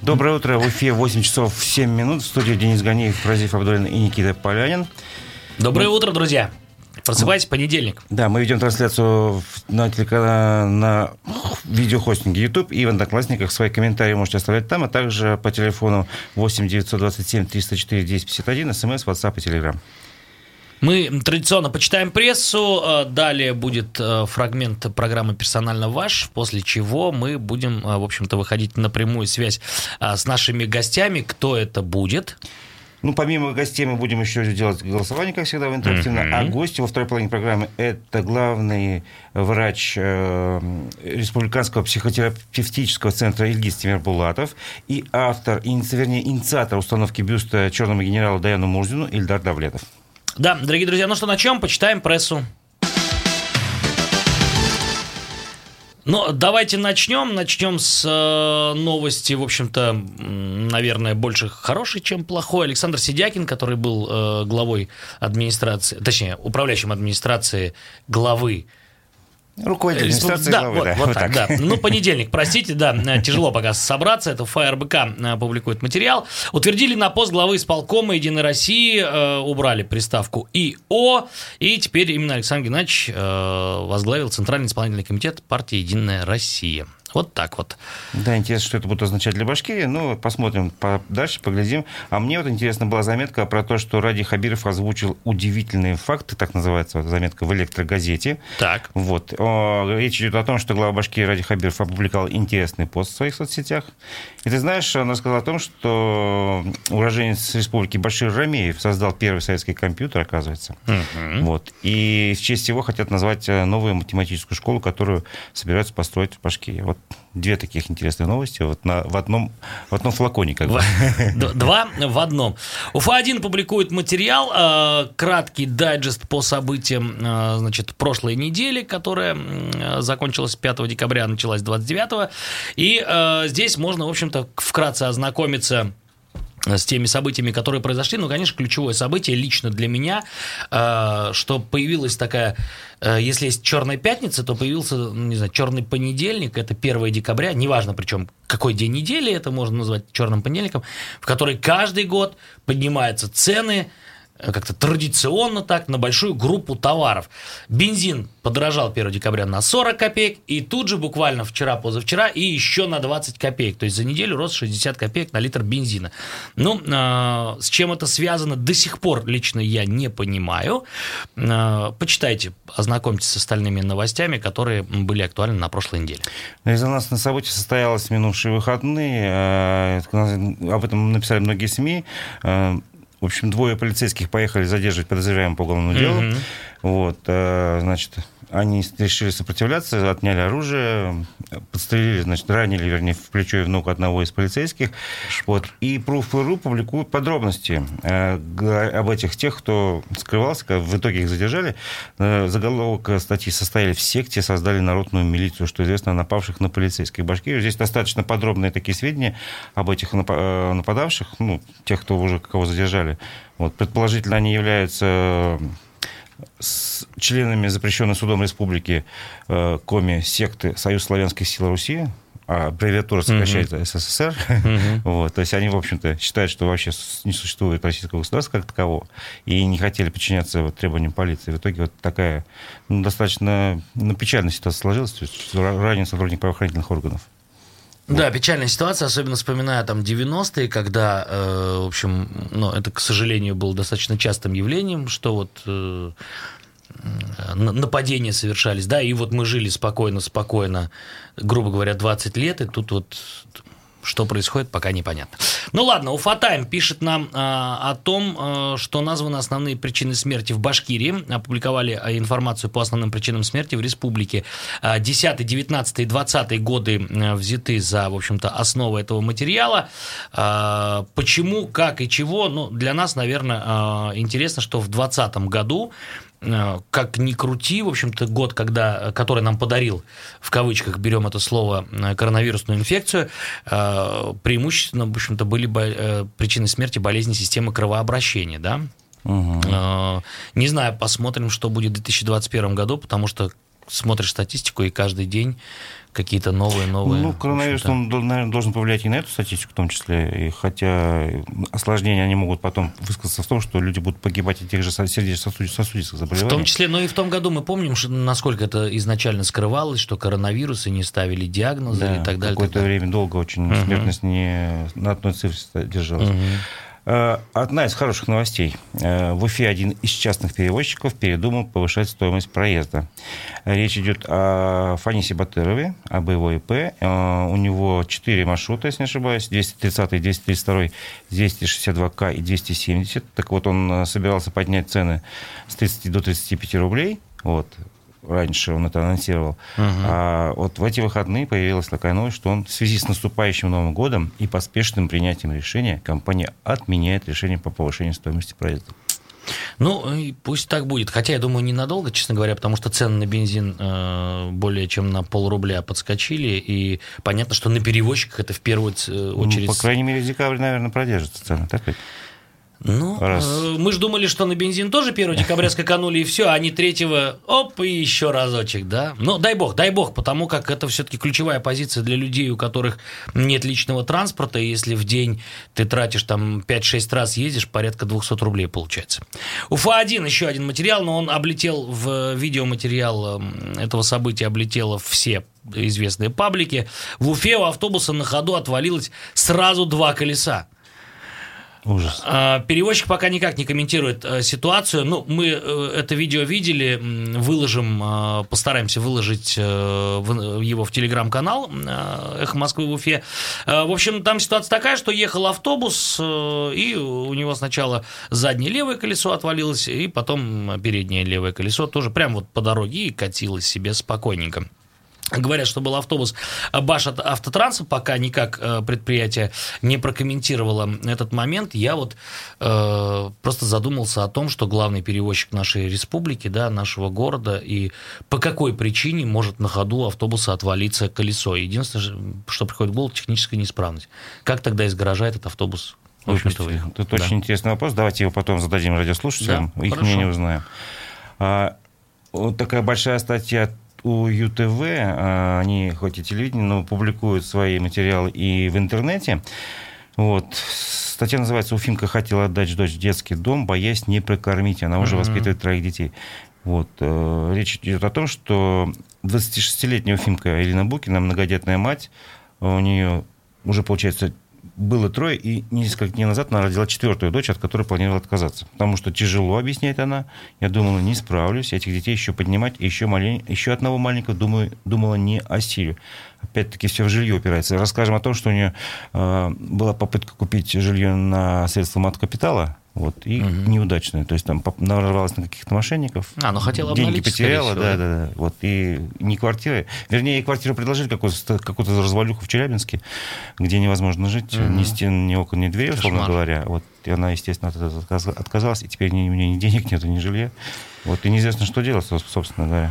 Доброе утро. В эфире 8 часов 7 минут. В студии Денис Ганиев, Разиф Абдуллин и Никита Полянин. Доброе утро, друзья. Просыпайтесь, понедельник. Да, мы ведем трансляцию на телеканале, на видеохостинге YouTube и в Одноклассниках. Свои комментарии можете оставлять там, а также по телефону 8 927 304 1051, СМС, WhatsApp и Telegram. Мы традиционно почитаем прессу, далее будет фрагмент программы «Персонально ваш», после чего мы будем, в общем-то, выходить на прямую связь с нашими гостями. Кто это будет? Ну, помимо гостей мы будем еще делать голосование, как всегда, в интерактивно. А гости во второй половине программы – это главный врач Республиканского психотерапевтического центра Ильгиз Тимербулатов и автор, инициатор установки бюста черному генералу Даяну Мурзину Ильдар Давлетов. Да, дорогие друзья, ну что, начнем? Почитаем прессу. Ну, давайте начнем. Начнем с новости, в общем-то, наверное, больше хорошей, чем плохой. Александр Сидякин, который был главой администрации, точнее, управляющим администрации главы. Руководитель администрации главы, да. Вот так, да. Ну, понедельник, простите, да, тяжело пока собраться. Это ФРБК публикует материал. Утвердили на пост главы исполкома «Единой России», убрали приставку «ИО», и теперь именно Александр Геннадьевич возглавил Центральный исполнительный комитет партии «Единая Россия». Вот так вот. Да, интересно, что это будет означать для Башкирии. Ну, посмотрим дальше, поглядим. А мне вот интересна была заметка про то, что Ради Хабиров озвучил удивительные факты, так называется заметка в «Электрогазете». Так. Вот. Речь идет о том, что глава Башкирии Ради Хабиров опубликовал интересный пост в своих соцсетях. И ты знаешь, он рассказал о том, что уроженец республики Башир Рамеев создал первый советский компьютер, оказывается. Вот. И в честь его хотят назвать новую математическую школу, которую собираются построить в Башкирии. Вот две таких интересные новости вот в одном флаконе. Как бы. Два в одном. Уфа-1 публикует материал, краткий дайджест по событиям, значит, прошлой недели, которая закончилась 5 декабря, началась 29. И здесь можно, в общем-то, вкратце ознакомиться с теми событиями, которые произошли. Ну, конечно, ключевое событие лично для меня, что появилась такая, если есть «Черная пятница», то появился, не знаю, «Черный понедельник», это 1 декабря, неважно причем какой день недели, это можно назвать «Черным понедельником», в который каждый год поднимаются цены, как-то традиционно так, на большую группу товаров. Бензин подорожал 1 декабря на 40 копеек, и тут же буквально вчера-позавчера и еще на 20 копеек. То есть за неделю рос 60 копеек на литр бензина. Ну, с чем это связано, до сих пор лично я не понимаю. Почитайте, ознакомьтесь с остальными новостями, которые были актуальны на прошлой неделе. Резонансное событие состоялось в минувшие выходные. Об этом написали многие СМИ. В общем, 2 полицейских поехали задерживать подозреваемого по уголовному делу. Вот, значит, они решили сопротивляться, отняли оружие, подстрелили, значит, ранили, вернее, в плечо и в ногу одного из полицейских. Вот. И Proof.ru публикует подробности об тех, кто скрывался, в итоге их задержали. Заголовок статьи: «Состояли в секте, создали народную милицию», что известно о напавших на полицейских в Башкирии. Здесь достаточно подробные такие сведения об этих нападавших, ну, тех, кого задержали. Вот. Предположительно, они являются членами запрещенной судом республики коми секты «Союз славянских сил Руси», а аббревиатура сокращается СССР. Вот, то есть они, в общем-то, считают, что вообще не существует российского государства как такового, и не хотели подчиняться требованиям полиции. В итоге вот такая достаточно печальная ситуация сложилась, то есть ранен сотрудник правоохранительных органов. Да, печальная ситуация, особенно вспоминая там 90-е, когда, в общем, это, к сожалению, было достаточно частым явлением, что вот нападения совершались, да, и вот мы жили спокойно, грубо говоря, 20 лет, и тут вот что происходит, пока непонятно. Ну ладно, Уфа-Тайм пишет нам о том, что названы основные причины смерти в Башкирии. Опубликовали информацию по основным причинам смерти в республике. 10, 19 и 20 годы взяты за, в общем-то, основу этого материала. Почему, как и чего? Ну, для нас, наверное, интересно, что в 2020 году, как ни крути, в общем-то, год, который нам подарил, в кавычках берем это слово, коронавирусную инфекцию, преимущественно, в общем-то, были причины смерти болезни системы кровообращения, да? Не знаю, посмотрим, что будет в 2021 году, потому что смотришь статистику, и каждый день какие-то новые. Ну, коронавирус, он, наверное, должен повлиять и на эту статистику в том числе, и хотя осложнения, они могут потом высказаться в том, что люди будут погибать от тех же сердечно-сосудистых заболеваний. В том числе, но и в том году мы помним, насколько это изначально скрывалось, что коронавирусы не ставили диагнозы и так далее. Какое-то время долго очень смертность не на одной цифре держалась. Одна из хороших новостей. В Уфе один из частных перевозчиков передумал повышать стоимость проезда. Речь идет о Фанисе Батырове, об его ИП. У него 4 маршрута, если не ошибаюсь, 230, 232, 262К и 270. Так вот, он собирался поднять цены с 30 до 35 рублей. Вот. Раньше он это анонсировал. А вот в эти выходные появилась такая новость, что он в связи с наступающим Новым годом и поспешным принятием решения, компания отменяет решение по повышению стоимости проезда. Ну, пусть так будет. Хотя, я думаю, ненадолго, честно говоря, потому что цены на бензин более чем на полрубля подскочили, и понятно, что на перевозчиках это в первую очередь... По крайней мере, в декабре, наверное, продержится цены, так ведь? Ну, мы же думали, что на бензин тоже 1 декабря скаканули, и все, а не 3-го, оп, и еще разочек, да? Ну, дай бог, потому как это все-таки ключевая позиция для людей, у которых нет личного транспорта, и если в день ты тратишь там 5-6 раз ездишь, порядка 200 рублей получается. Уфа-1, еще один материал, но он облетел в видеоматериал этого события, облетело все известные паблики. В Уфе у автобуса на ходу отвалилось сразу 2 колеса. Ужас. Перевозчик пока никак не комментирует ситуацию. Ну, мы это видео видели, постараемся выложить его в телеграм-канал «Эхо Москвы» в Уфе. В общем, там ситуация такая, что ехал автобус, и у него сначала заднее левое колесо отвалилось, и потом переднее левое колесо тоже прямо вот по дороге и катилось себе спокойненько. Говорят, что был автобус Башавтотранса, пока никак предприятие не прокомментировало этот момент. Я вот просто задумался о том, что главный перевозчик нашей республики, да, нашего города, и по какой причине может на ходу автобуса отвалиться колесо. Единственное, что приходит в голову, техническая неисправность. Как тогда из гаража этот автобус, в общем-то, выехал? Это очень интересный вопрос. Давайте его потом зададим радиослушателям, да, их хорошо. мнение узнаем. Вот такая большая статья у ЮТВ, они хоть и телевидение, но публикуют свои материалы и в интернете. Вот. Статья называется «Уфимка хотела отдать дочь в детский дом, боясь не прокормить». Она уже воспитывает 3 детей. Вот. Речь идет о том, что 26-летняя Уфимка Элина Букина, многодетная мать, у нее уже, получается, было 3, и несколько дней назад она родила 4-ю дочь, от которой планировала отказаться. Потому что тяжело, объясняет она. Я думала, не справлюсь, этих детей еще поднимать. И еще одного маленького думала не осилю. Опять-таки все в жилье упирается. Расскажем о том, что у нее была попытка купить жилье на средства маткапитала. Вот, и неудачная. То есть там нарвалась на каких-то мошенников. Но хотела деньги обналичить, потеряла, да. Вот, и не квартиры. Вернее, ей квартиру предложили какую-то развалюху в Челябинске, где невозможно жить. Ни стен, ни окон, ни дверей, условно говоря. Вот, и она, естественно, от этого отказалась. И теперь у нее ни денег нету, ни жилья. Вот, и неизвестно, что делать, собственно говоря.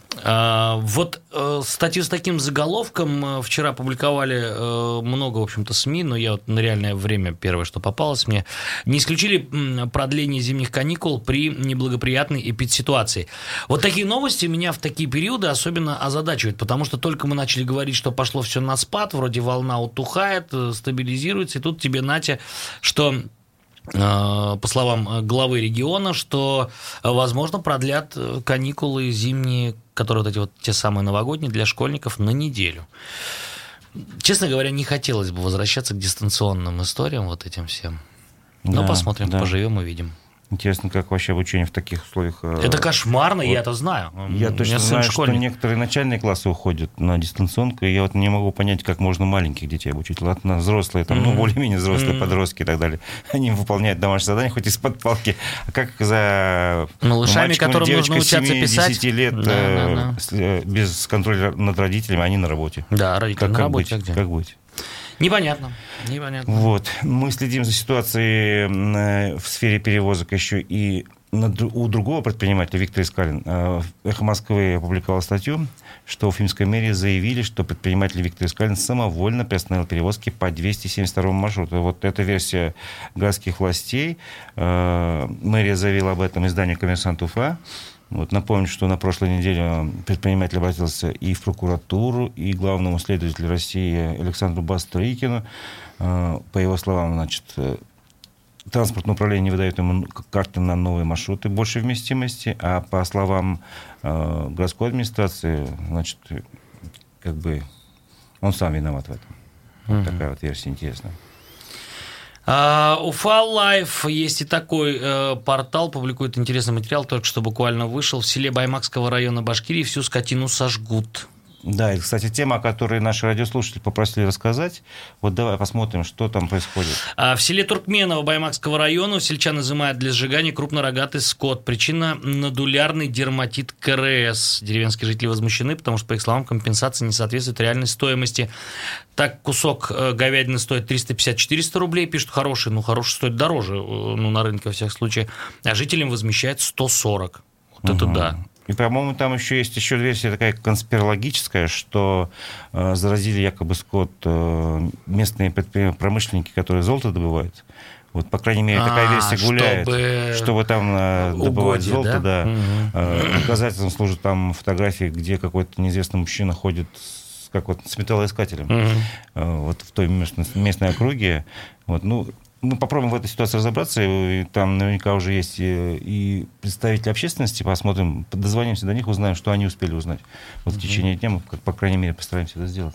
Вот статью с таким заголовком вчера публиковали много, в общем-то, СМИ, но я вот на реальное время первое, что попалось мне, не исключили продление зимних каникул при неблагоприятной эпидситуации. Вот такие новости меня в такие периоды особенно озадачивают, потому что только мы начали говорить, что пошло все на спад, вроде волна утухает, стабилизируется, и тут тебе, Натя, что... По словам главы региона, что, возможно, продлят каникулы зимние, которые вот эти вот те самые новогодние для школьников, на неделю. Честно говоря, не хотелось бы возвращаться к дистанционным историям вот этим всем. Но посмотрим, поживем, увидим. Интересно, как вообще обучение в таких условиях... Это кошмарно, вот. Я это знаю. Я точно знаю, что некоторые начальные классы уходят на дистанционку, и я вот не могу понять, как можно маленьких детей обучить. Ладно, взрослые, там, более-менее взрослые подростки и так далее. Они выполняют домашние задания, хоть из-под палки. А как за малышами, которым нужно учиться писать? 10 лет без контроля над родителями, они на работе. Да, родители на работе. Как быть? Непонятно. Вот. Мы следим за ситуацией в сфере перевозок еще и у другого предпринимателя, Виктор Искалин. «Эхо Москвы» опубликовало статью, что в Уфимской мэрии заявили, что предприниматель Виктор Искалин самовольно приостановил перевозки по 272 маршруту. Вот эта версия городских властей. Мэрия заявила об этом изданию «Коммерсант Уфа». Вот, напомню, что на прошлой неделе предприниматель обратился и в прокуратуру, и главному следователю России Александру Бастрыкину. По его словам, значит, транспортное управление не выдает ему карты на новые маршруты большей вместимости, а по словам городской администрации, значит, как бы он сам виноват в этом. Вот такая вот версия интересная. Уфа Лайф, есть и такой портал, публикует интересный материал, только что буквально вышел. В селе Баймакского района Башкирии всю скотину сожгут. Да, и, кстати, тема, о которой наши радиослушатели попросили рассказать. Вот давай посмотрим, что там происходит. В селе Туркменово Баймакского района сельчан изымают для сжигания крупнорогатый скот. Причина – нодулярный дерматит КРС. Деревенские жители возмущены, потому что, по их словам, компенсация не соответствует реальной стоимости. Так, кусок говядины стоит 350-400 рублей, пишут хороший, хороший стоит дороже, на рынке во всяком случае, а жителям возмещают 140. Вот это да. И, по-моему, там еще есть версия такая конспирологическая, что заразили якобы скот местные промышленники, которые золото добывают. Вот, по крайней мере, такая версия гуляет, чтобы там добывать золото. Да? Доказательством служат там фотографии, где какой-то неизвестный мужчина ходит с металлоискателем вот в той местной округе. Вот, мы попробуем в этой ситуации разобраться, и там наверняка уже есть и представители общественности, посмотрим, дозвонимся до них, узнаем, что они успели узнать. Вот в течение дня мы, по крайней мере, постараемся это сделать.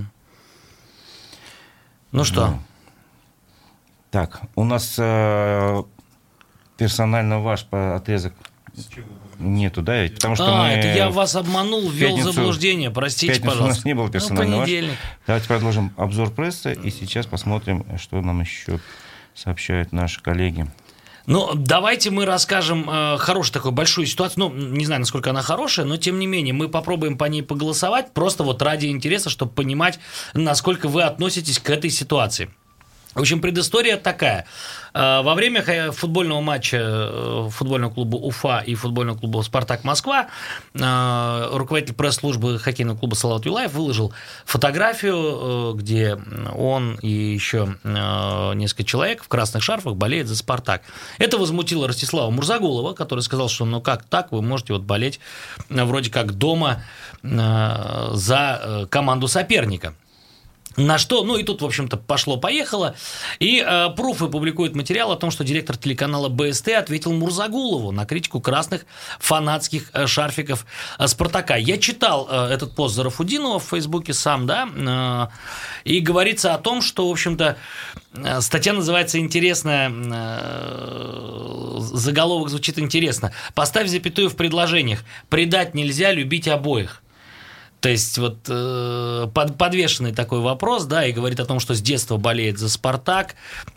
Ну что? Так, у нас персонально ваш отрезок нету, да? Потому что это я вас обманул, ввел в заблуждение, простите, пожалуйста. У нас не было персонально ваш. Понедельник. Давайте продолжим обзор прессы, и сейчас посмотрим, что нам еще сообщают наши коллеги. Давайте мы расскажем хорошую такую большую ситуацию. Не знаю, насколько она хорошая, но тем не менее мы попробуем по ней поголосовать, просто вот ради интереса, чтобы понимать, насколько вы относитесь к этой ситуации. В общем, предыстория такая. Во время футбольного матча футбольного клуба Уфа и футбольного клуба «Спартак Москва» руководитель пресс-службы хоккейного клуба Салават Юлаев выложил фотографию, где он и еще несколько человек в красных шарфах болеют за «Спартак». Это возмутило Ростислава Мурзагулова, который сказал, что как так, вы можете болеть вроде как дома за команду соперника. На что, и тут, в общем-то, пошло-поехало, и Пруфы публикует материал о том, что директор телеканала БСТ ответил Мурзагулову на критику красных фанатских шарфиков «Спартака». Я читал этот пост Зарафудинова в Фейсбуке сам, да, и говорится о том, что, в общем-то, статья называется «Интересная», заголовок звучит интересно. «Поставь запятую в предложениях. Предать нельзя, любить обоих». То есть вот подвешенный такой вопрос, да, и говорит о том, что с детства болеет за «Спартак»,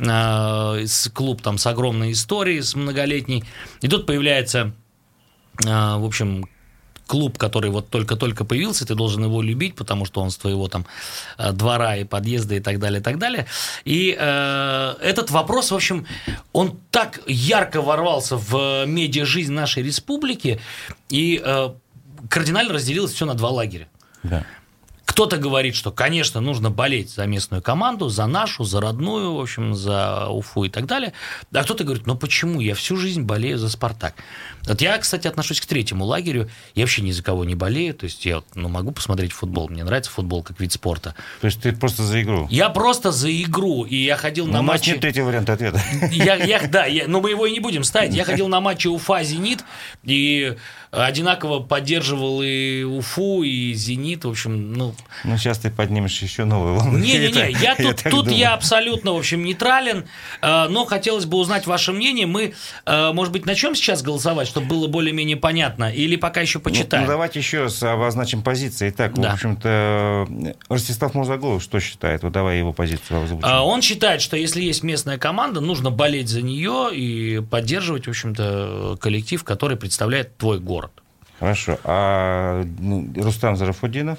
клуб там с огромной историей, с многолетней, и тут появляется, в общем, клуб, который вот только-только появился, ты должен его любить, потому что он с твоего там двора и подъезда и так далее, и так далее. И этот вопрос, в общем, он так ярко ворвался в медиа-жизнь нашей республики, и кардинально разделилось все на два лагеря. Да. Кто-то говорит, что, конечно, нужно болеть за местную команду, за нашу, за родную, в общем, за Уфу и так далее. А кто-то говорит, почему? Я всю жизнь болею за «Спартак». Вот я, кстати, отношусь к третьему лагерю. Я вообще ни за кого не болею. То есть я могу посмотреть футбол. Мне нравится футбол как вид спорта. То есть ты просто за игру? Я просто за игру. И я ходил на матчи... У нас нет третьего варианта ответа. Но мы его и не будем ставить. Я ходил на матчи Уфа-Зенит и одинаково поддерживал и Уфу, и Зенит. В общем, сейчас ты поднимешь еще новую волну. Не-не-не, я абсолютно, в общем, нейтрален, но хотелось бы узнать ваше мнение. Мы, может быть, начнем сейчас голосовать, чтобы было более-менее понятно, или пока еще почитаем? Давайте еще раз обозначим позиции. Итак, в общем-то, Ростислав Мурзагулов что считает? Вот давай его позицию озвучим. Он считает, что если есть местная команда, нужно болеть за нее и поддерживать, в общем-то, коллектив, который представляет твой город. Хорошо. А Рустам Зарафудинов?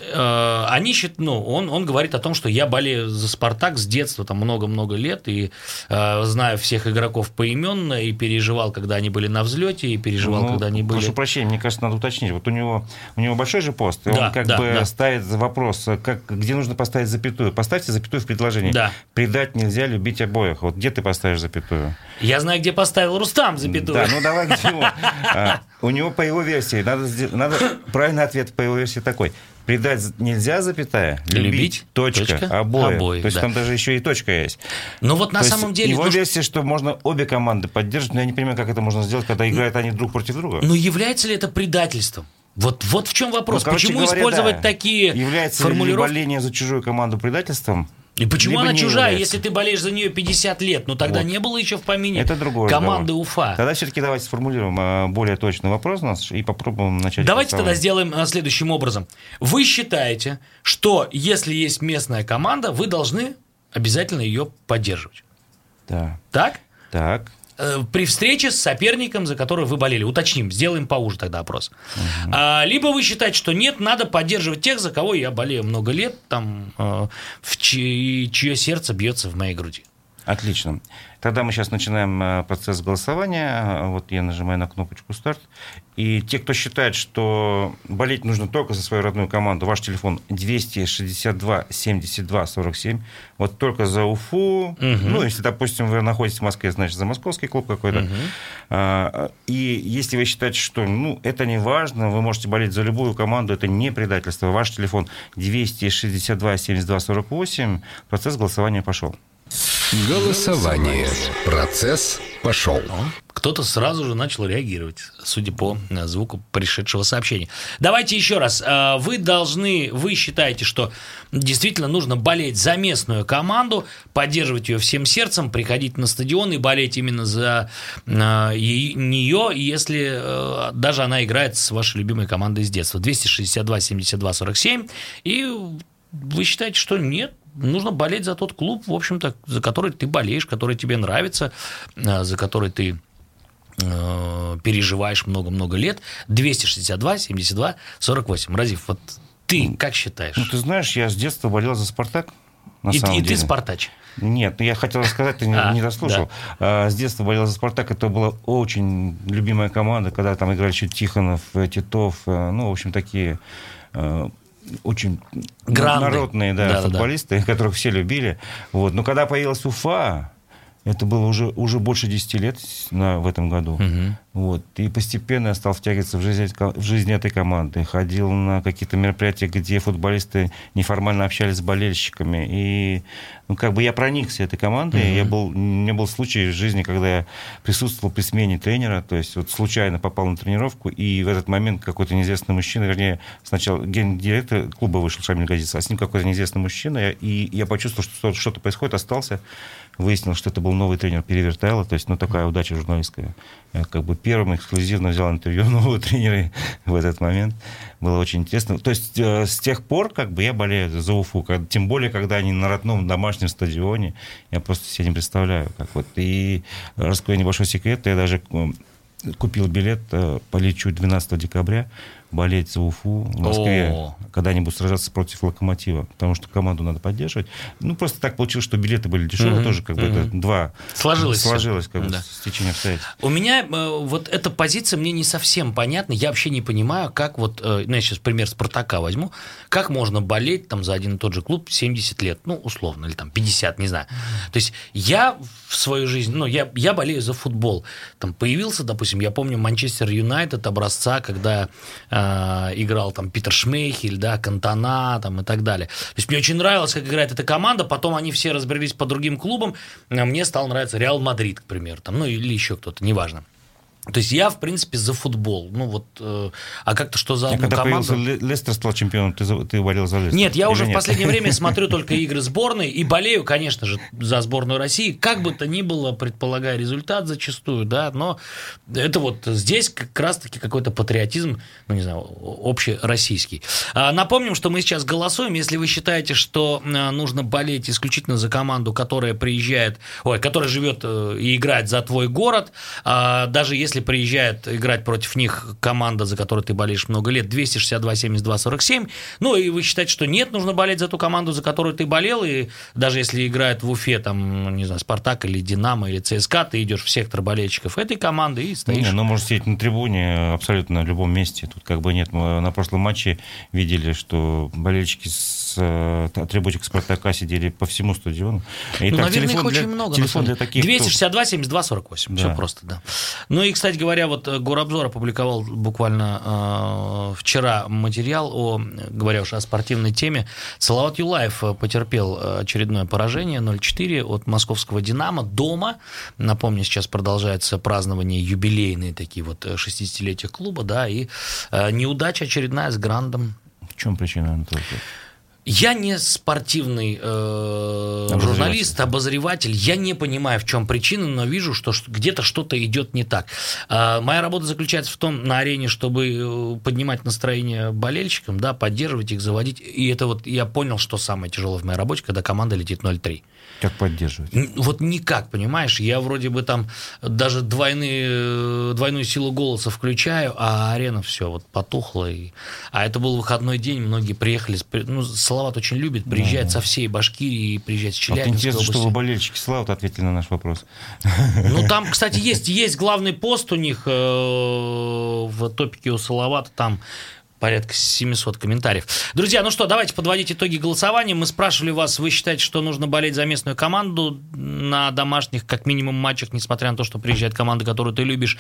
Он говорит о том, что я болею за «Спартак» с детства, там много-много лет, и знаю всех игроков поименно, и переживал, когда они были на взлете, и переживал, когда они были... Прошу прощения, мне кажется, надо уточнить. Вот у него большой же пост, и он ставит вопрос, где нужно поставить запятую. Поставьте запятую в предложении. Да. Предать нельзя, любить обоих. Вот где ты поставишь запятую? Я знаю, где поставил Рустам запятую. Да, давай к чему. У него по его версии, надо правильный ответ по его версии такой. Предать нельзя, запятая, любить, точка, обои. То есть там даже еще и точка есть. Но вот на самом деле... Его версия, что можно обе команды поддерживать, но я не понимаю, как это можно сделать, когда играют они друг против друга. Но является ли это предательством? Вот в чем вопрос. Почему использовать такие является формулировки? Является ли боление за чужую команду предательством? И почему она чужая, является. если ты болеешь за нее 50 лет? Ну, тогда не было еще в помине это команды Уфа. Тогда все-таки давайте сформулируем более точный вопрос у нас и попробуем начать. Давайте тогда сделаем следующим образом. Вы считаете, что если есть местная команда, вы должны обязательно ее поддерживать? Да. Так? Так. При встрече с соперником, за который вы болели. Уточним, сделаем поуже тогда опрос. Либо вы считаете, что нет, надо поддерживать тех, за кого я болею много лет, там, чье сердце бьется в моей груди. Отлично. Тогда мы сейчас начинаем процесс голосования. Вот я нажимаю на кнопочку «Старт». И те, кто считает, что болеть нужно только за свою родную команду, ваш телефон 262 72 47. Вот только за Уфу. Ну, если, допустим, вы находитесь в Москве, значит, за московский клуб какой-то. И если вы считаете, что это не важно, вы можете болеть за любую команду, это не предательство. Ваш телефон 262 72 48. Процесс голосования пошел. Голосование. Процесс пошел. Кто-то сразу же начал реагировать, судя по звуку пришедшего сообщения. Давайте еще раз. Вы считаете, что действительно нужно болеть за местную команду, поддерживать ее всем сердцем, приходить на стадион и болеть именно за нее, если даже она играет с вашей любимой командой с детства. 262 72 47. И вы считаете, что нет? Нужно болеть за тот клуб, в общем-то, за который ты болеешь, который тебе нравится, за который ты переживаешь много-много лет. 262 72 48. Разиф, вот ты как считаешь? Ты знаешь, я с детства болел за «Спартак». И ты «Спартач»? Нет, я хотел сказать, ты не дослушал. Да. С детства болел за «Спартак». Это была очень любимая команда, когда там играли еще Тихонов, Титов, в общем, такие... очень народные футболисты, которых все любили. Вот. Но когда появилась Уфа, это было уже больше 10 лет в этом году. Вот. И постепенно я стал втягиваться в жизнь этой команды. Ходил на какие-то мероприятия, где футболисты неформально общались с болельщиками. И я проникся этой командой. У меня был случай в жизни, когда я присутствовал при смене тренера. То есть случайно попал на тренировку, и в этот момент какой-то неизвестный мужчина, вернее, сначала гендиректор клуба вышел, Шамиль Газиц, а с ним какой-то неизвестный мужчина. И я почувствовал, что что-то происходит, остался. Выяснил, что это был новый тренер Перевертайло. То есть, такая удача журналистская. Я первым эксклюзивно взял интервью нового тренера в этот момент. Было очень интересно. То есть с тех пор я болею за Уфу. Тем более, когда они на родном домашнем стадионе. Я просто себе не представляю. И раскрою небольшой секрет. Я даже купил билет, полечу 12 декабря болеть за Уфу в Москве, когда-нибудь сражаться против «Локомотива», потому что команду надо поддерживать. Просто так получилось, что билеты были дешевые, тоже это два. Сложилось с течением обстоятельств. У меня вот эта позиция мне не совсем понятна. Я вообще не понимаю, как я сейчас пример «Спартака» возьму, как можно болеть за один и тот же клуб 70 лет, условно, или 50, не знаю. То есть я в свою жизнь, я болею за футбол. Появился, допустим, я помню Манчестер Юнайтед образца, когда играл Питер Шмейхель, Кантона и так далее. То есть мне очень нравилось, как играет эта команда, потом они все разбрелись по другим клубам, мне стал нравиться Реал Мадрид, к примеру, или еще кто-то, неважно. То есть я, в принципе, за футбол. А как-то что за одну команду... Когда появился Лестер, стал чемпионом, ты болел за Лестер? Нет, я уже в последнее время смотрю только игры сборной и болею, конечно же, за сборную России. Как бы то ни было, предполагая результат зачастую, но это здесь как раз-таки какой-то патриотизм, общероссийский. Напомним, что мы сейчас голосуем. Если вы считаете, что нужно болеть исключительно за команду, которая которая живет и играет за твой город, даже если приезжает играть против них команда, за которую ты болеешь много лет, 262 72 47. И вы считаете, что нет, нужно болеть за ту команду, за которую ты болел, и даже если играет в Уфе, Спартак или Динамо или ЦСКА, ты идешь в сектор болельщиков этой команды и стоишь. Можно сидеть на трибуне абсолютно на любом месте. Тут нет. Мы на прошлом матче видели, что болельщики с атрибутик Спартака сидели по всему стадиону. Наверное, их очень много. Телефон для таких... 262 72 48. Все просто, да. И, к кстати говоря, вот Горобзор опубликовал буквально вчера материал, говоря уж о спортивной теме. Салават Юлаев потерпел очередное поражение 0-4 от московского «Динамо» дома. Напомню, сейчас продолжается празднование юбилейные такие вот 60-летия клуба, да, и неудача очередная с Грандом. В чем причина, Анатолий? Я не спортивный журналист, обозреватель. Я не понимаю, в чем причина, но вижу, что где-то что-то идет не так. Моя работа заключается в том, на арене, чтобы поднимать настроение болельщикам, да, поддерживать их, заводить. И это вот я понял, что самое тяжелое в моей работе, когда команда летит 0-3. Как поддерживать? Вот никак, понимаешь? Я вроде бы там даже двойную силу голоса включаю, а арена все вот потухла. А это был выходной день, многие приехали. Салават очень любит, приезжает со всей Башкирии, приезжает с Челябинской области. Интересно, чтобы болельщики Салавата ответили на наш вопрос. Ну, там, кстати, есть главный пост у них в топике у Салавата, там порядка 700 комментариев. Друзья, ну что, давайте подводить итоги голосования. Мы спрашивали вас, вы считаете, что нужно болеть за местную команду на домашних, как минимум, матчах, несмотря на то, что приезжает команда, которую ты любишь.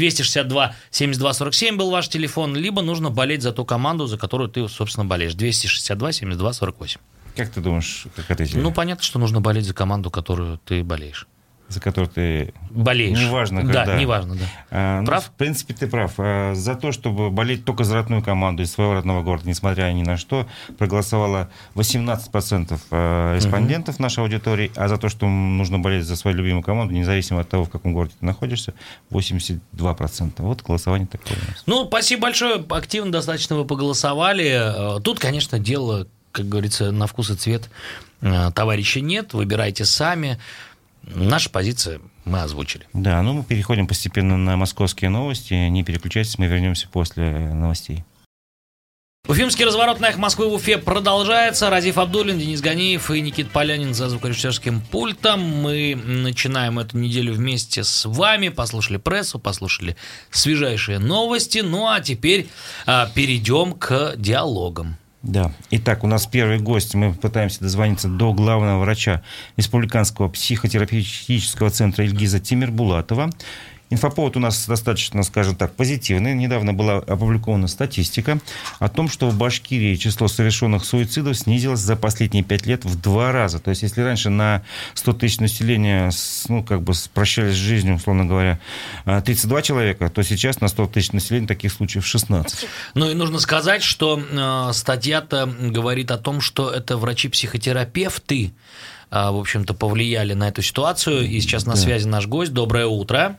262-72-47 был ваш телефон, либо нужно болеть за ту команду, за которую ты, собственно, болеешь. 262-72-48. Как ты думаешь, как ответили? Ну, понятно, что нужно болеть за команду, которую ты болеешь. За который ты болеешь. Неважно, когда. Да, неважно, да. Прав? В принципе, ты прав. За то, чтобы болеть только за родную команду из своего родного города, несмотря ни на что, проголосовало 18% респондентов нашей аудитории, а за то, что нужно болеть за свою любимую команду, независимо от того, в каком городе ты находишься, 82%. Вот голосование такое у нас. Ну, спасибо большое. Активно достаточно вы поголосовали. Тут, конечно, дело, как говорится, на вкус и цвет товарища нет. Выбирайте сами. Наша позиция мы озвучили. Да, ну мы переходим постепенно на московские новости. Не переключайтесь, мы вернемся после новостей. Уфимский разворот на «Эхо Москвы» в Уфе продолжается. Разиф Абдуллин, Денис Ганиев и Никит Полянин за звукорежиссерским пультом. Мы начинаем эту неделю вместе с вами. Послушали прессу, послушали свежайшие новости. Ну а теперь перейдем к диалогам. Да. Итак, у нас первый гость. Мы пытаемся дозвониться до главного врача Республиканского психотерапевтического центра Ильгиза Тимирбулатова. Инфоповод у нас достаточно, скажем так, позитивный. Недавно была опубликована статистика о том, что в Башкирии число совершенных суицидов снизилось за последние 5 лет в 2 раза. То есть, если раньше на 100 тысяч населения, прощались с жизнью, условно говоря, 32 человека, то сейчас на 100 тысяч населения таких случаев 16. Ну и нужно сказать, что статья-то говорит о том, что это врачи-психотерапевты, в общем-то, повлияли на эту ситуацию. И сейчас на связи наш гость. Доброе утро.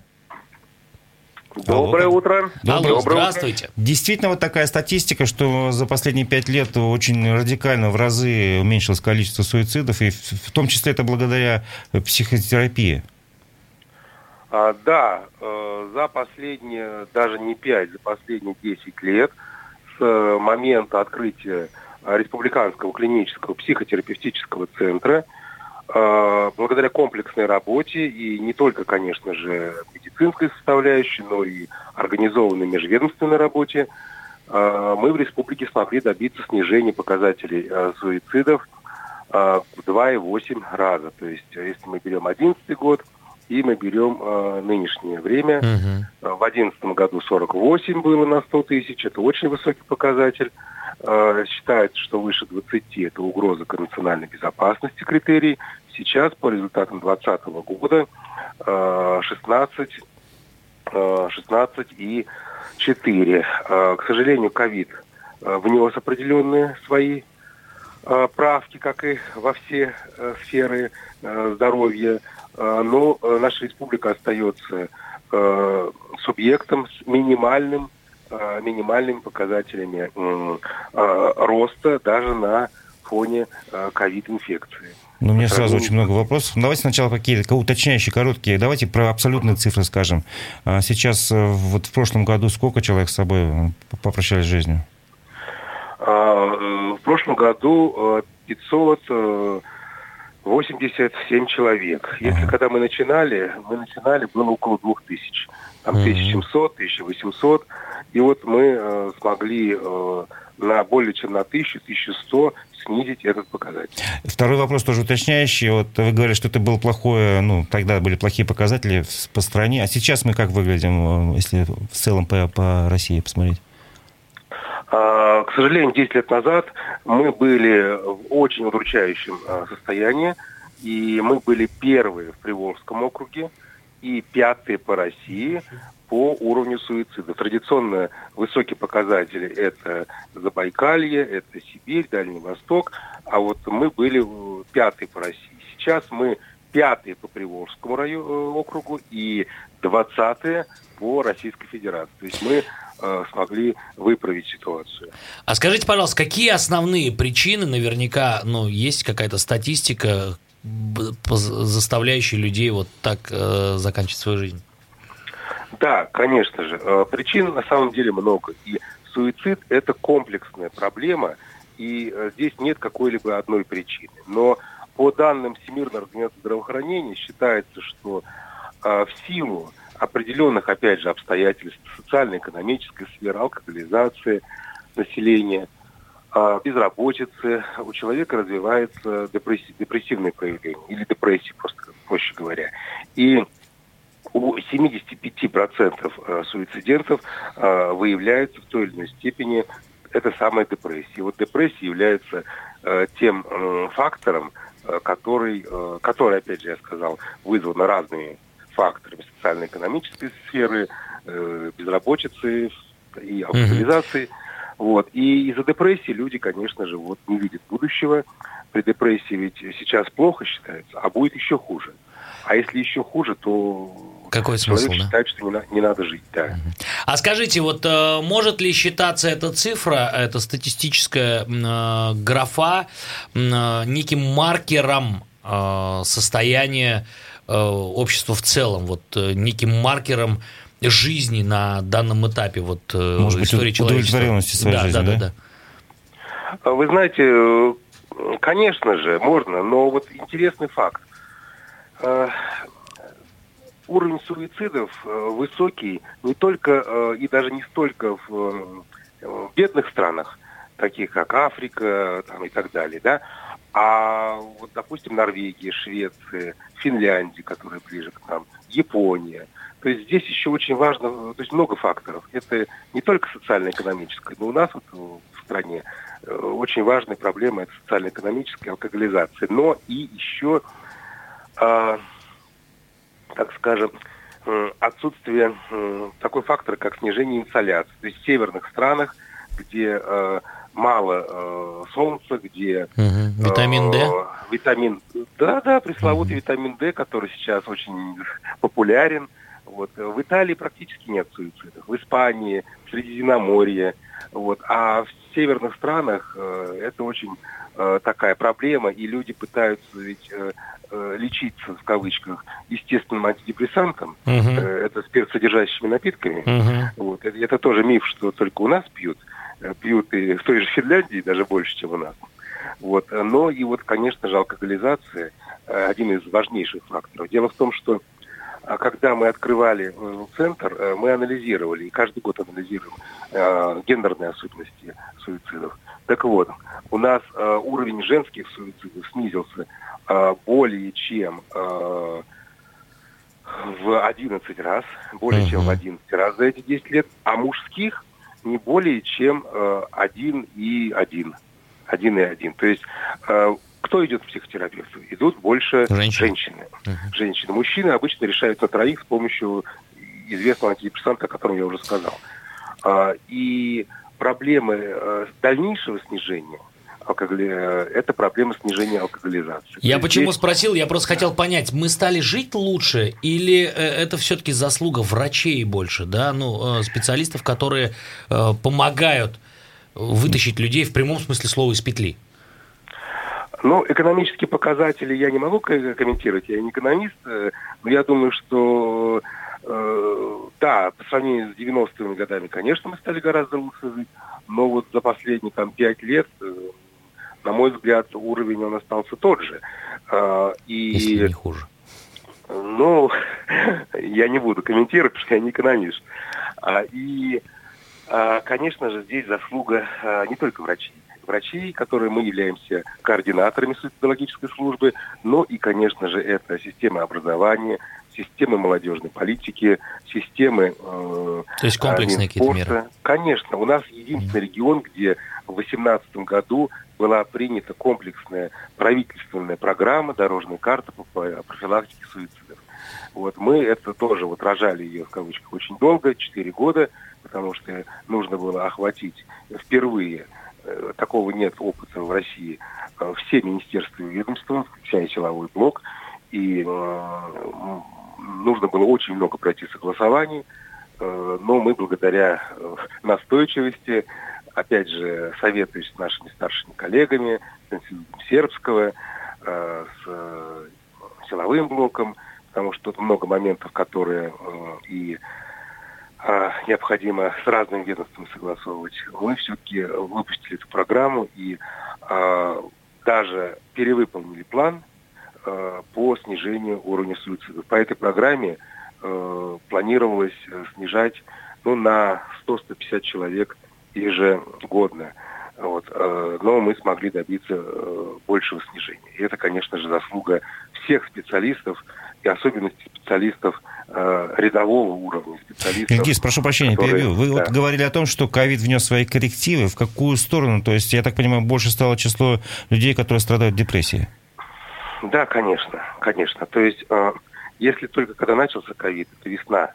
Доброе утро. Алло, здравствуйте. Действительно, вот такая статистика, что за последние 5 лет очень радикально в разы уменьшилось количество суицидов, и в том числе это благодаря психотерапии. Да, за последние, даже не 5, за последние 10 лет с момента открытия Республиканского клинического психотерапевтического центра, благодаря комплексной работе и не только, конечно же, медицинской составляющей, но и организованной межведомственной работе, мы в республике смогли добиться снижения показателей суицидов в 2,8 раза. То есть, если мы берем 2011 год и мы берем нынешнее время, в 2011 году 48 было на 100 тысяч, это очень высокий показатель. Считается, что выше 20 – это угроза к национальной безопасности критерий. Сейчас, по результатам 2020 года, 16,4. К сожалению, ковид внес определенные свои правки, как и во все сферы здоровья. Но наша республика остается субъектом с минимальными показателями роста даже на фоне ковид-инфекции. Ну, у меня сразу очень много вопросов. Давайте сначала какие-то уточняющие, короткие. Давайте про абсолютные цифры скажем. Сейчас, вот в прошлом году, сколько человек с собой попрощались с жизнью? В прошлом году 500 87 человек. Если когда мы начинали было около 2000. Там 1700, 1800. И вот мы смогли на более чем на 1100 снизить этот показатель. Второй вопрос тоже уточняющий. Вот вы говорили, что это было плохое, тогда были плохие показатели по стране. А сейчас мы как выглядим, если в целом по России посмотреть? К сожалению, 10 лет назад мы были в очень удручающем состоянии. И мы были первые в Приволжском округе и пятые по России по уровню суицида. Традиционно высокие показатели – это Забайкалье, это Сибирь, Дальний Восток, а вот мы были пятые по России. Сейчас мы пятые по Приволжскому округу и 20-е по Российской Федерации. То есть мы смогли выправить ситуацию. А скажите, пожалуйста, какие основные причины, наверняка, есть какая-то статистика, заставляющая людей вот так заканчивать свою жизнь? Да, конечно же. Причин на самом деле много. И суицид – это комплексная проблема, и здесь нет какой-либо одной причины. Но по данным Всемирной организации здравоохранения считается, что в силу определенных, опять же, обстоятельств социально-экономической сферы, алкоголизации населения, безработицы, у человека развивается депрессивное проявление, или депрессия, просто проще говоря. И у 75% суицидентов выявляется в той или иной степени эта самая депрессия. И вот депрессия является тем фактором, который, опять же, я сказал, вызван разными факторами социально-экономической сферы, безработицы и алкоголизации. Вот. И из-за депрессии люди, конечно же, не видят будущего. При депрессии ведь сейчас плохо считается, а будет еще хуже. А если еще хуже, то какой смысл, человек считает, что не надо жить. Да. А скажите, может ли считаться эта цифра, эта статистическая графа, неким маркером состояния общества в целом, неким маркером жизни на данном этапе может быть, истории человечества? Удовлетворенности своей жизни, да? Вы знаете, конечно же, можно, но интересный факт. Уровень суицидов высокий не только и даже не столько в бедных странах, таких как Африка и так далее, да, а допустим, Норвегия, Швеция, Финляндия, которая ближе к нам, Япония. То есть здесь еще очень важно, то есть много факторов. Это не только социально-экономическое, но у нас в стране очень важная проблема – это социально-экономическая алкоголизация. Но и еще, так скажем, отсутствие такой фактор, как снижение инсоляции. То есть в северных странах, где мало солнца, где... Витамин D? Да, пресловутый витамин D, который сейчас очень популярен. В Италии практически нет суицидов. В Испании, в Средиземноморье. А в северных странах это очень такая проблема, и люди пытаются ведь лечиться, в кавычках, естественным антидепрессантом, это спиртсодержащими напитками. Это тоже миф, что только у нас пьют. Пьют и в той же Финляндии даже больше, чем у нас. Но и конечно же, алкоголизация один из важнейших факторов. Дело в том, что когда мы открывали центр, мы анализировали, и каждый год анализируем гендерные особенности суицидов. Так вот, у нас уровень женских суицидов снизился более чем в 11 раз, более чем в 11 раз за эти 10 лет, а мужских не более чем 1,1. То есть кто идет к психотерапевту? Идут больше женщины. Женщины. Мужчины обычно решают на троих с помощью известного антидепрессанта, о котором я уже сказал. И проблемы дальнейшего снижения это проблема снижения алкоголизации. Я почему спросил? Я просто хотел понять, мы стали жить лучше или это все-таки заслуга врачей больше, да, специалистов, которые помогают вытащить людей в прямом смысле слова из петли? Экономические показатели я не могу комментировать, я не экономист, но я думаю, что да, по сравнению с 90-ми годами, конечно, мы стали гораздо лучше жить, но за последние 5 лет на мой взгляд, уровень он остался тот же. Если не хуже. Ну, я не буду комментировать, потому что я не экономист. Конечно же, здесь заслуга не только врачей, которые мы являемся координаторами суицидологической службы, но и, конечно же, это система образования, системы молодежной политики, системы То есть комплексные какие-то меры? Конечно. У нас единственный регион, где в 2018 году была принята комплексная правительственная программа, дорожная карта по профилактике суицидов. Вот мы это тоже рожали ее, в кавычках, очень долго, 4 года, потому что нужно было охватить впервые, такого нет опыта в России, все министерства и ведомства, включая силовой блок, и нужно было очень много пройти согласований, но мы благодаря настойчивости, опять же, советуясь с нашими старшими коллегами, с Институтом Сербского, с силовым блоком, потому что тут много моментов, которые необходимо с разными ведомствами согласовывать. Мы все-таки выпустили эту программу и даже перевыполнили план по снижению уровня суицидов. По этой программе планировалось снижать на 100-150 человек ежегодно. Но мы смогли добиться большего снижения. И это, конечно же, заслуга всех специалистов, и особенности специалистов рядового уровня. Ильгиз, прошу прощения, перебью. Вы говорили о том, что ковид внес свои коррективы. В какую сторону? То есть, я так понимаю, больше стало число людей, которые страдают депрессией? Да, конечно. То есть, если только когда начался ковид, это весна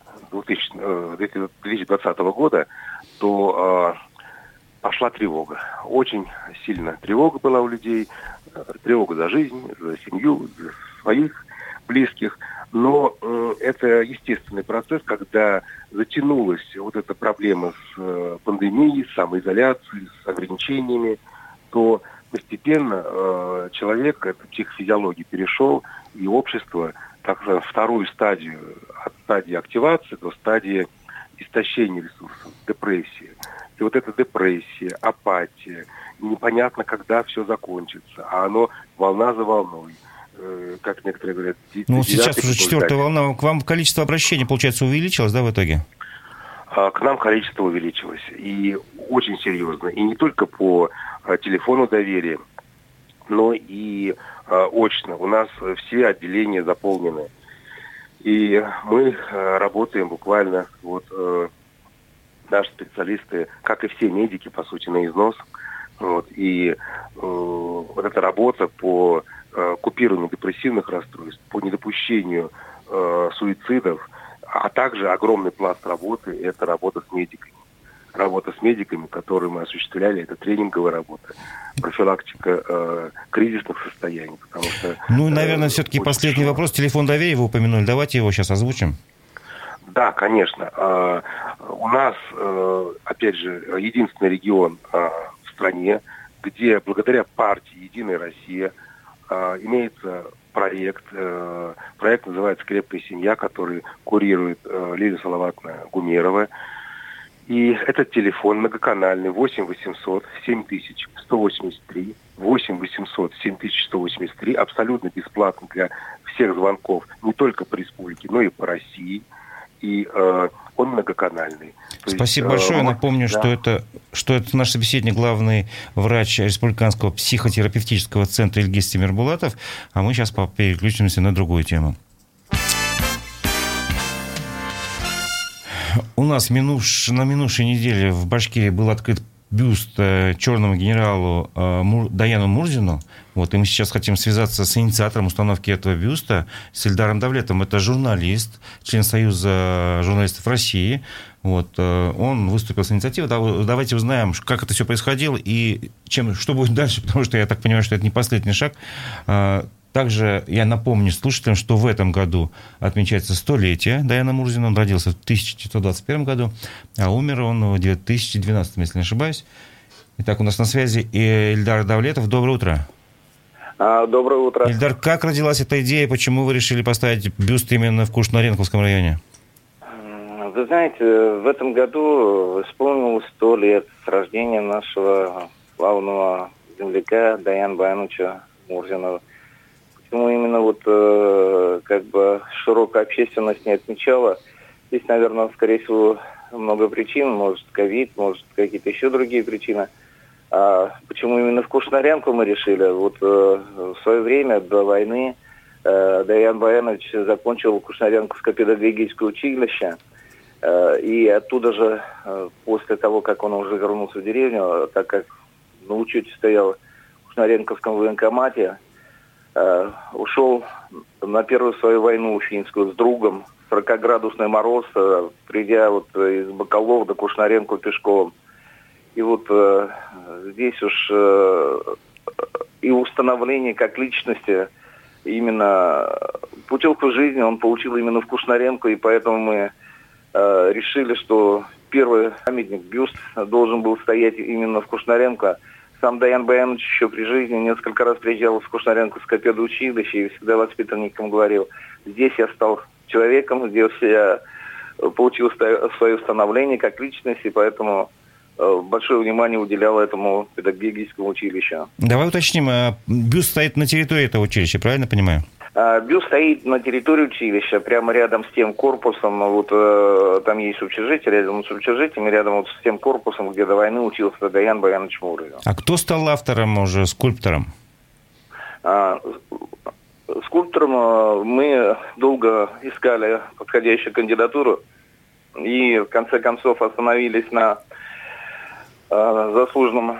2020 года, то пошла тревога. Очень сильная тревога была у людей. Тревога за жизнь, за семью, за своих близких. Но это естественный процесс, когда затянулась эта проблема с пандемией, с самоизоляцией, с ограничениями, то постепенно человек эту психофизиологию перешел, и общество, так сказать, вторую стадию, от стадии активации до стадии истощения ресурсов, депрессии. И эта депрессия, апатия, непонятно, когда все закончится, а оно волна за волной. Как некоторые говорят... Сейчас уже 4-я волна. К вам количество обращений, получается, увеличилось, да, в итоге? К нам количество увеличилось. И очень серьезно. И не только по телефону доверия, но и очно. У нас все отделения заполнены. И мы работаем буквально, наши специалисты, как и все медики, по сути, на износ. И эта работа по купированию депрессивных расстройств, по недопущению суицидов, а также огромный пласт работы – это работа с медиками. Работа с медиками, которую мы осуществляли, это тренинговая работа, профилактика кризисных состояний. Потому что, наверное, все-таки последний вопрос. Телефон доверия вы упомянули. Давайте его сейчас озвучим. Да, конечно. У нас, опять же, единственный регион в стране, где благодаря партии «Единая Россия» имеется проект. Проект называется «Крепкая семья», который курирует Лилия Салаватовна Гумерова. И этот телефон многоканальный 8 800 7183, 8 800 7183, абсолютно бесплатно для всех звонков, не только по республике, но и по России. И он многоканальный. Спасибо большое. Напомню, да. что это наш собеседник, главный врач Республиканского психотерапевтического центра Ильгиз Тимирбулатов. А мы сейчас переключимся на другую тему. У нас на минувшей неделе в Башкирии был открыт бюст черному генералу Даяну Мурзину. И мы сейчас хотим связаться с инициатором установки этого бюста, с Ильдаром Давлетовым. Это журналист, член Союза журналистов России. Он выступил с инициативой. Давайте узнаем, как это все происходило и что будет дальше, потому что я так понимаю, что это не последний шаг. Также я напомню слушателям, что в этом году отмечается 100-летие Даяна Мурзина. Он родился в 1921 году, а умер он в 2012, если не ошибаюсь. Итак, у нас на связи Ильдар Давлетов. Доброе утро. Доброе утро. Ильдар, как родилась эта идея, почему вы решили поставить бюст именно в Кушнаренковском районе? Вы знаете, в этом году исполнилось 100 лет с рождения нашего славного земляка Даяна Баяновича Мурзина. Почему именно как бы широкая общественность не отмечала? Здесь, наверное, скорее всего, много причин. Может, ковид, может, какие-то еще другие причины. А почему именно в Кушнаренко мы решили? В свое время, до войны, Даян Баянович закончил Кушнаренковское педагогическое училище. И оттуда же, после того, как он уже вернулся в деревню, так как на учете стоял в Кушнаренковском военкомате, ушел на первую свою войну финскую с другом. 40-градусный мороз, придя из Бакалов до Кушнаренко пешком. И здесь уж и установление как личности, именно путевку жизни он получил именно в Кушнаренко, и поэтому мы решили, что первый памятник, бюст должен был стоять именно в Кушнаренко. Сам Даян Баянович еще при жизни несколько раз приезжал в Кушнаренковское педучилище и всегда воспитанникам говорил: здесь я стал человеком, здесь я получил свое становление как личность, и поэтому большое внимание уделял этому педагогическому училищу. Давай уточним, бюст стоит на территории этого училища, правильно понимаю? Бюст стоит на территории училища, прямо рядом с тем корпусом, там есть общежитие, рядом с общежитием, и рядом с тем корпусом, где до войны учился Даян Баянович Мурзин. А кто стал автором, уже скульптором? Скульптором мы долго искали подходящую кандидатуру, и в конце концов остановились на заслуженном...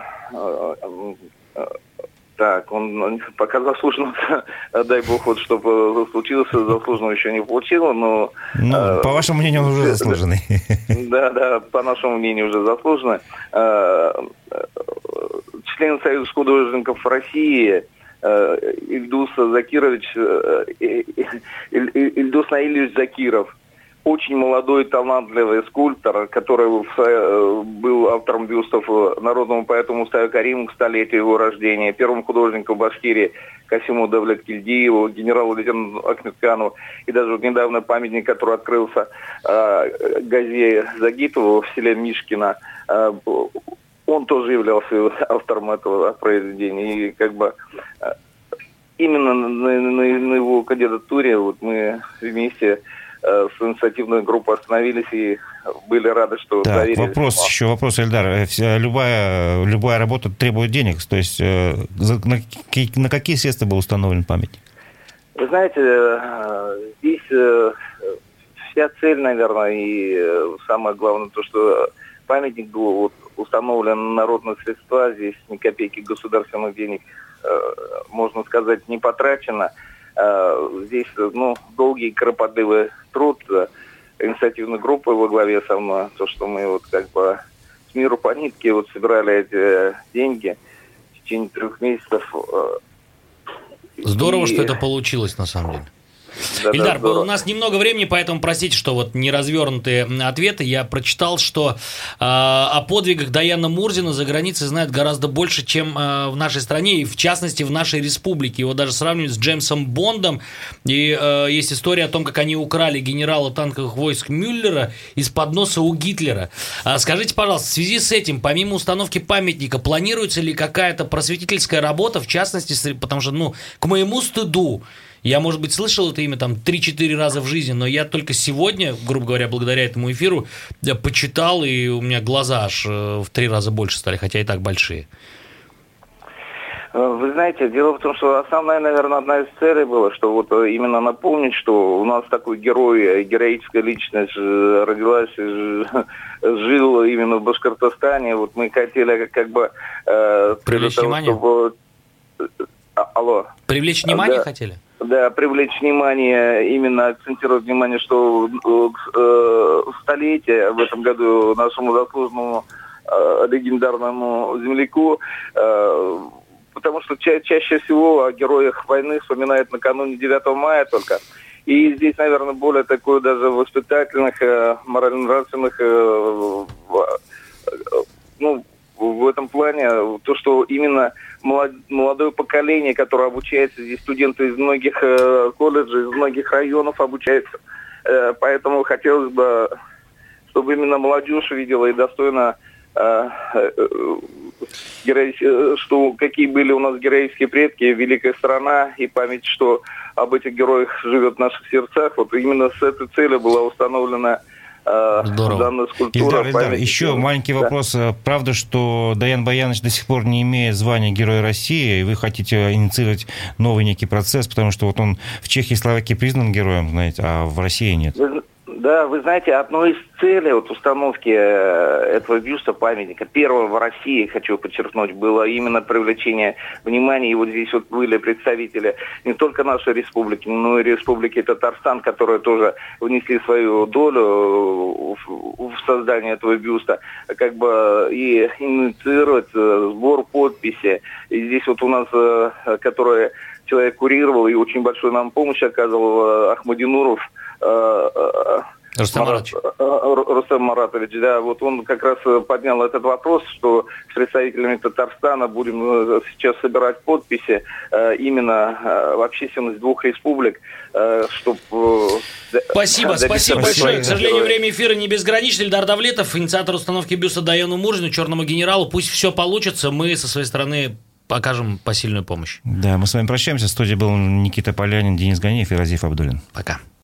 он пока заслуженным, дай бог, чтобы случилось, заслуженного еще не получил, но... по вашему мнению, он уже заслуженный. Да, по нашему мнению, уже заслуженный. Член Союза художников России Ильдус Наильевич Закиров. Очень молодой, талантливый скульптор, который был автором бюстов народному поэту Мустафе Каримову к столетию его рождения, первому художнику Башкирии Касиму Давлеткильдиеву, генералу-лейтенанту Ахмедкану, и даже недавно памятник, который открылся Газе Загитову в селе Мишкино, он тоже являлся автором этого произведения. И именно на его кандидатуре мы вместе с инициативной группой остановились и были рады, что доверились. Вопрос, Эльдар. Любая работа требует денег. То есть на какие средства был установлен памятник? Вы знаете, здесь вся цель, наверное, и самое главное, то, что памятник был установлен на народные средства. Здесь ни копейки государственных денег, можно сказать, не потрачено. Здесь долгий кропотливый труд инициативной группы во главе со мной, то, что мы с миру по нитке собирали эти деньги в течение 3 месяцев. Здорово, что это получилось, на самом деле. Ильдар, у нас немного времени, поэтому простите, что неразвернутые ответы. Я прочитал, что о подвигах Даяна Мурзина за границей знают гораздо больше, чем в нашей стране, и в частности в нашей республике. Его даже сравнивают с Джеймсом Бондом. И есть история о том, как они украли генерала танковых войск Мюллера из-под носа у Гитлера. Скажите, пожалуйста, в связи с этим, помимо установки памятника, планируется ли какая-то просветительская работа, в частности, потому что, к моему стыду, я, может быть, слышал это имя 3-4 раза в жизни, но я только сегодня, грубо говоря, благодаря этому эфиру, почитал, и у меня глаза аж в 3 раза больше стали, хотя и так большие. Вы знаете, дело в том, что основная, наверное, одна из целей была, что именно напомнить, что у нас такой герой, героическая личность родилась, жил именно в Башкортостане. Мы хотели привлечь внимание? Алло. Привлечь внимание хотели? Да, привлечь внимание, именно акцентировать внимание, что столетие в этом году нашему заслуженному легендарному земляку, потому что чаще всего о героях войны вспоминают накануне 9 мая только. И здесь, наверное, более такой даже воспитательных, морально-нравственных, в этом плане, то, что именно молодое поколение, которое обучается, здесь студенты из многих колледжей, из многих районов обучаются. Поэтому хотелось бы, чтобы именно молодежь видела и достойно что какие были у нас героические предки, великая страна и память, что об этих героях живет в наших сердцах. Вот именно с этой целью была установлена данная скульптура. Ильдар, еще маленький вопрос. Правда, что Даян Баянович до сих пор не имеет звания Героя России, и вы хотите инициировать новый некий процесс, потому что вот он в Чехии и Словакии признан героем, знаете, а в России нет. Да, вы знаете, одной из целей вот установки этого бюста памятника, первого в России, хочу подчеркнуть, было именно привлечение внимания. И вот здесь вот были представители не только нашей республики, но и республики Татарстан, которые тоже внесли свою долю в создание этого бюста, как бы и инициировать сбор подписи. И здесь вот у нас, который человек курировал и очень большую нам помощь оказывал, Ахмадинуров, Рустам Маратович, да, вот он как раз поднял этот вопрос, что с представителями Татарстана будем сейчас собирать подписи именно в общественность двух республик, чтобы... Спасибо большое. К сожалению, время эфира не безгранично. Ильдар Давлетов, инициатор установки бюста Даяну Мурзину, черному генералу. Пусть все получится, мы со своей стороны окажем посильную помощь. Да, мы с вами прощаемся. В студии был Никита Полянин, Денис Ганиев и Разиф Абдуллин. Пока.